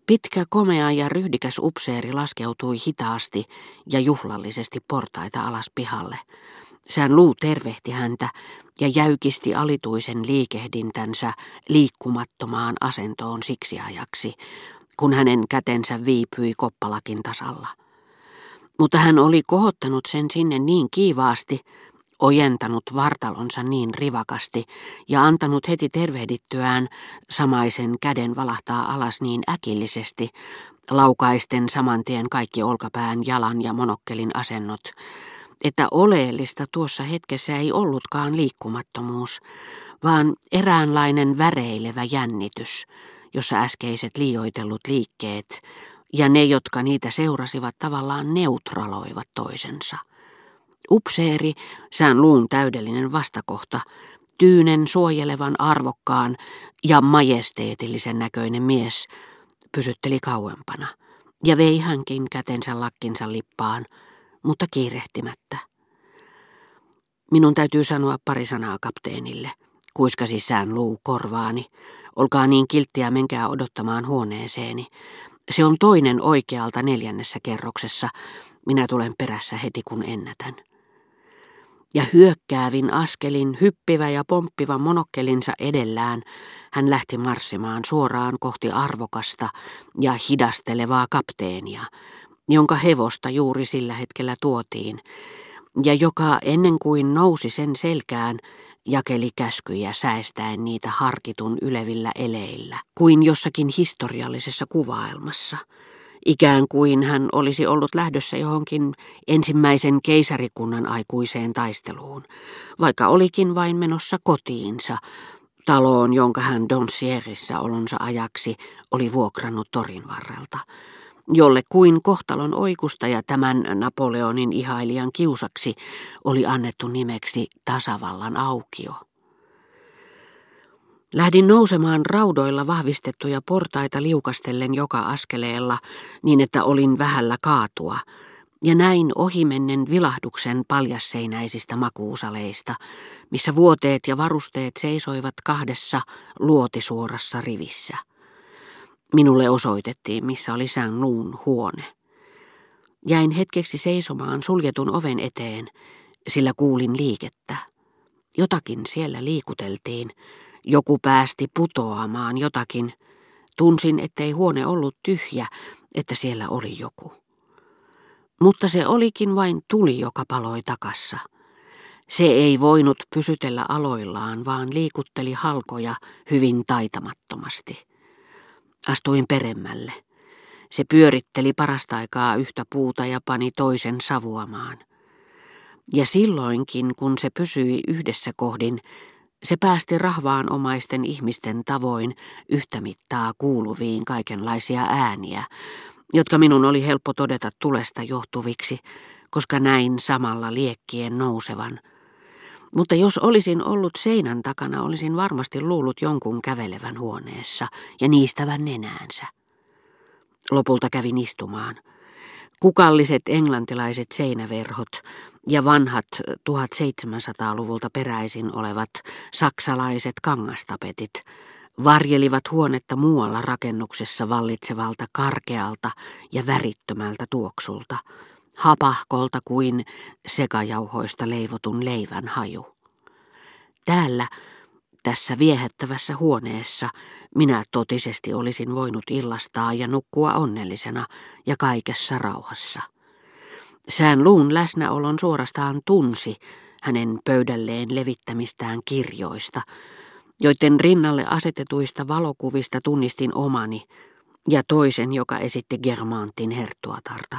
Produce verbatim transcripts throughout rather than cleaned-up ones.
Pitkä, komea ja ryhdikäs upseeri laskeutui hitaasti ja juhlallisesti portaita alas pihalle. Sään Luu tervehti häntä ja jäykisti alituisen liikehdintänsä liikkumattomaan asentoon siksi ajaksi, kun hänen kätensä viipyi koppalakin tasalla. Mutta hän oli kohottanut sen sinne niin kiivaasti, ojentanut vartalonsa niin rivakasti ja antanut heti tervehdittyään samaisen käden valahtaa alas niin äkillisesti, laukaisten samantien kaikki olkapään, jalan ja monokkelin asennot, että oleellista tuossa hetkessä ei ollutkaan liikkumattomuus, vaan eräänlainen väreilevä jännitys, jossa äskeiset liioitellut liikkeet ja ne, jotka niitä seurasivat, tavallaan neutraloivat toisensa. Upseeri, Sään Luun täydellinen vastakohta, tyynen, suojelevan, arvokkaan ja majesteetillisen näköinen mies, pysytteli kauempana ja vei hänkin kätensä lakkinsa lippaan, mutta kiirehtimättä. Minun täytyy sanoa pari sanaa kapteenille, kuiskasi Sään Luu korvaani. Olkaa niin kilttiä, menkää odottamaan huoneeseeni. Se on toinen oikealta neljännessä kerroksessa. Minä tulen perässä heti kun ennätän. Ja hyökkäävin askelin, hyppivä ja pomppiva monokkelinsa edellään, hän lähti marssimaan suoraan kohti arvokasta ja hidastelevaa kapteenia, jonka hevosta juuri sillä hetkellä tuotiin, ja joka ennen kuin nousi sen selkään, jakeli käskyjä säestäen niitä harkitun ylevillä eleillä, kuin jossakin historiallisessa kuvaelmassa. Ikään kuin hän olisi ollut lähdössä johonkin ensimmäisen keisarikunnan aikuiseen taisteluun, vaikka olikin vain menossa kotiinsa, taloon, jonka hän Doncierrissa olonsa ajaksi oli vuokrannut torin varrelta, jolle kuin kohtalon oikusta ja tämän Napoleonin ihailijan kiusaksi oli annettu nimeksi tasavallan aukio. Lähdin nousemaan raudoilla vahvistettuja portaita liukastellen joka askeleella niin, että olin vähällä kaatua, ja näin ohimennen vilahduksen paljasseinäisistä makuusaleista, missä vuoteet ja varusteet seisoivat kahdessa luotisuorassa rivissä. Minulle osoitettiin, missä oli Sään Luun huone. Jäin hetkeksi seisomaan suljetun oven eteen, sillä kuulin liikettä. Jotakin siellä liikuteltiin. Joku päästi putoamaan jotakin. Tunsin, ettei huone ollut tyhjä, että siellä oli joku. Mutta se olikin vain tuli, joka paloi takassa. Se ei voinut pysytellä aloillaan, vaan liikutteli halkoja hyvin taitamattomasti. Astuin peremmälle. Se pyöritteli parasta aikaa yhtä puuta ja pani toisen savuamaan. Ja silloinkin, kun se pysyi yhdessä kohdin, se päästi rahvaanomaisten ihmisten tavoin yhtä mittaa kuuluviin kaikenlaisia ääniä, jotka minun oli helppo todeta tulesta johtuviksi, koska näin samalla liekkien nousevan. Mutta jos olisin ollut seinän takana, olisin varmasti luullut jonkun kävelevän huoneessa ja niistävän nenäänsä. Lopulta kävin istumaan. Kukalliset englantilaiset seinäverhot ja vanhat tuhatseitsemänsataaluvulta peräisin olevat saksalaiset kangastapetit varjelivat huonetta muualla rakennuksessa vallitsevalta karkealta ja värittömältä tuoksulta, hapahkolta kuin sekajauhoista leivotun leivän haju. Täällä, tässä viehättävässä huoneessa, minä totisesti olisin voinut illastaa ja nukkua onnellisena ja kaikessa rauhassa. Sään Luun läsnäolon suorastaan tunsi hänen pöydälleen levittämistään kirjoista, joiden rinnalle asetetuista valokuvista tunnistin omani ja toisen, joka esitti Germantin herttuatarta.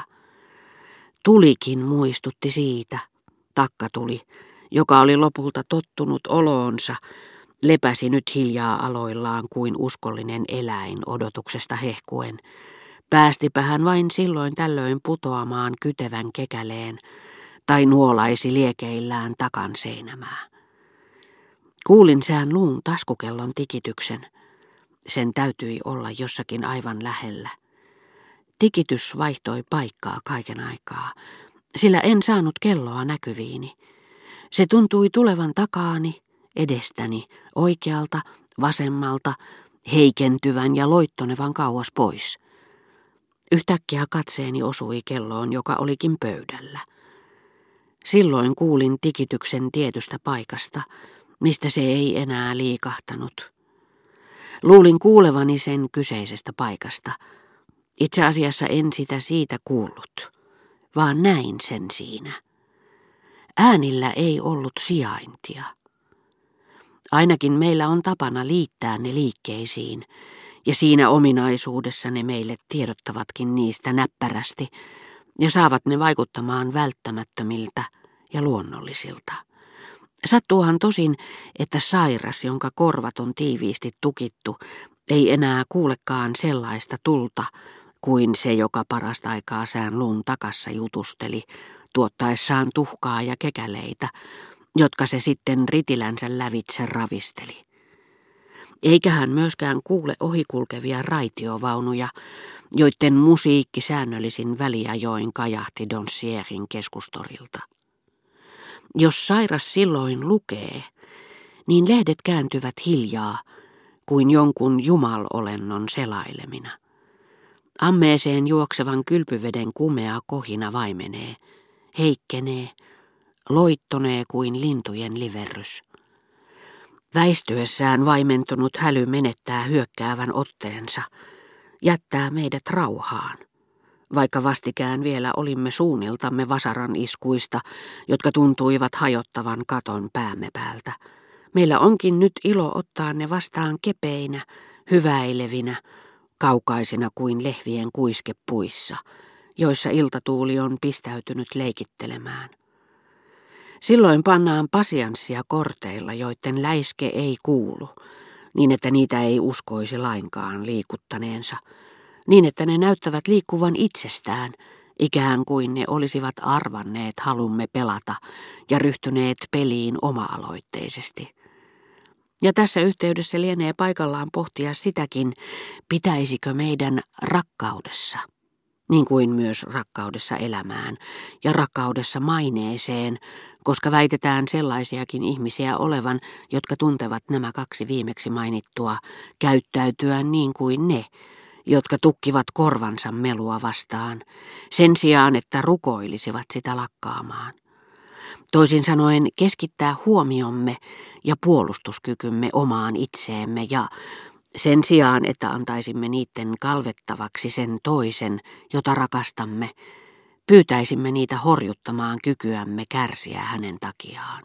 Tulikin muistutti siitä, takkatuli, joka oli lopulta tottunut oloonsa, lepäsi nyt hiljaa aloillaan kuin uskollinen eläin odotuksesta hehkuen. Päästipä hän vain silloin tällöin putoamaan kytevän kekäleen tai nuolaisi liekeillään takan seinämää. Kuulin Sään Luun taskukellon tikityksen. Sen täytyi olla jossakin aivan lähellä. Tikitys vaihtoi paikkaa kaiken aikaa, sillä en saanut kelloa näkyviini. Se tuntui tulevan takaani, edestäni, oikealta, vasemmalta, heikentyvän ja loittonevan kauas pois. Yhtäkkiä katseeni osui kelloon, joka olikin pöydällä. Silloin kuulin tikityksen tietystä paikasta, mistä se ei enää liikahtanut. Luulin kuulevani sen kyseisestä paikasta. Itse asiassa en sitä siitä kuullut, vaan näin sen siinä. Äänillä ei ollut sijaintia. Ainakin meillä on tapana liittää ne liikkeisiin, ja siinä ominaisuudessa ne meille tiedottavatkin niistä näppärästi, ja saavat ne vaikuttamaan välttämättömiltä ja luonnollisilta. Sattuuhan tosin, että sairas, jonka korvat on tiiviisti tukittu, ei enää kuulekaan sellaista tulta kuin se, joka parasta aikaa sään luun takassa jutusteli, tuottaessaan tuhkaa ja kekäleitä, jotka se sitten ritilänsä lävitse ravisteli. Eikä hän myöskään kuule ohikulkevia raitiovaunuja, joiden musiikki säännöllisin väliajoin kajahti Doncierin keskustorilta. Jos sairas silloin lukee, niin lehdet kääntyvät hiljaa kuin jonkun jumalolennon selailemina. Ammeeseen juoksevan kylpyveden kumea kohina vaimenee, heikkenee, loittonee kuin lintujen liverrys. Väistyessään vaimentunut häly menettää hyökkäävän otteensa, jättää meidät rauhaan, vaikka vastikään vielä olimme suunniltamme vasaran iskuista, jotka tuntuivat hajottavan katon päämme päältä. Meillä onkin nyt ilo ottaa ne vastaan kepeinä, hyväilevinä, kaukaisina kuin lehvien kuiskepuissa, joissa iltatuuli on pistäytynyt leikittelemään. Silloin pannaan pasianssia korteilla, joiden läiske ei kuulu, niin että niitä ei uskoisi lainkaan liikuttaneensa, niin että ne näyttävät liikkuvan itsestään, ikään kuin ne olisivat arvanneet halumme pelata ja ryhtyneet peliin oma-aloitteisesti. Ja tässä yhteydessä lienee paikallaan pohtia sitäkin, pitäisikö meidän rakkaudessa, niin kuin myös rakkaudessa elämään ja rakkaudessa maineeseen, koska väitetään sellaisiakin ihmisiä olevan, jotka tuntevat nämä kaksi viimeksi mainittua, käyttäytyä niin kuin ne, jotka tukkivat korvansa melua vastaan, sen sijaan, että rukoilisivat sitä lakkaamaan. Toisin sanoen keskittää huomiomme ja puolustuskykymme omaan itseemme ja sen sijaan, että antaisimme niiden kalvettavaksi sen toisen, jota rakastamme, pyytäisimme niitä horjuttamaan kykyämme kärsiä hänen takiaan.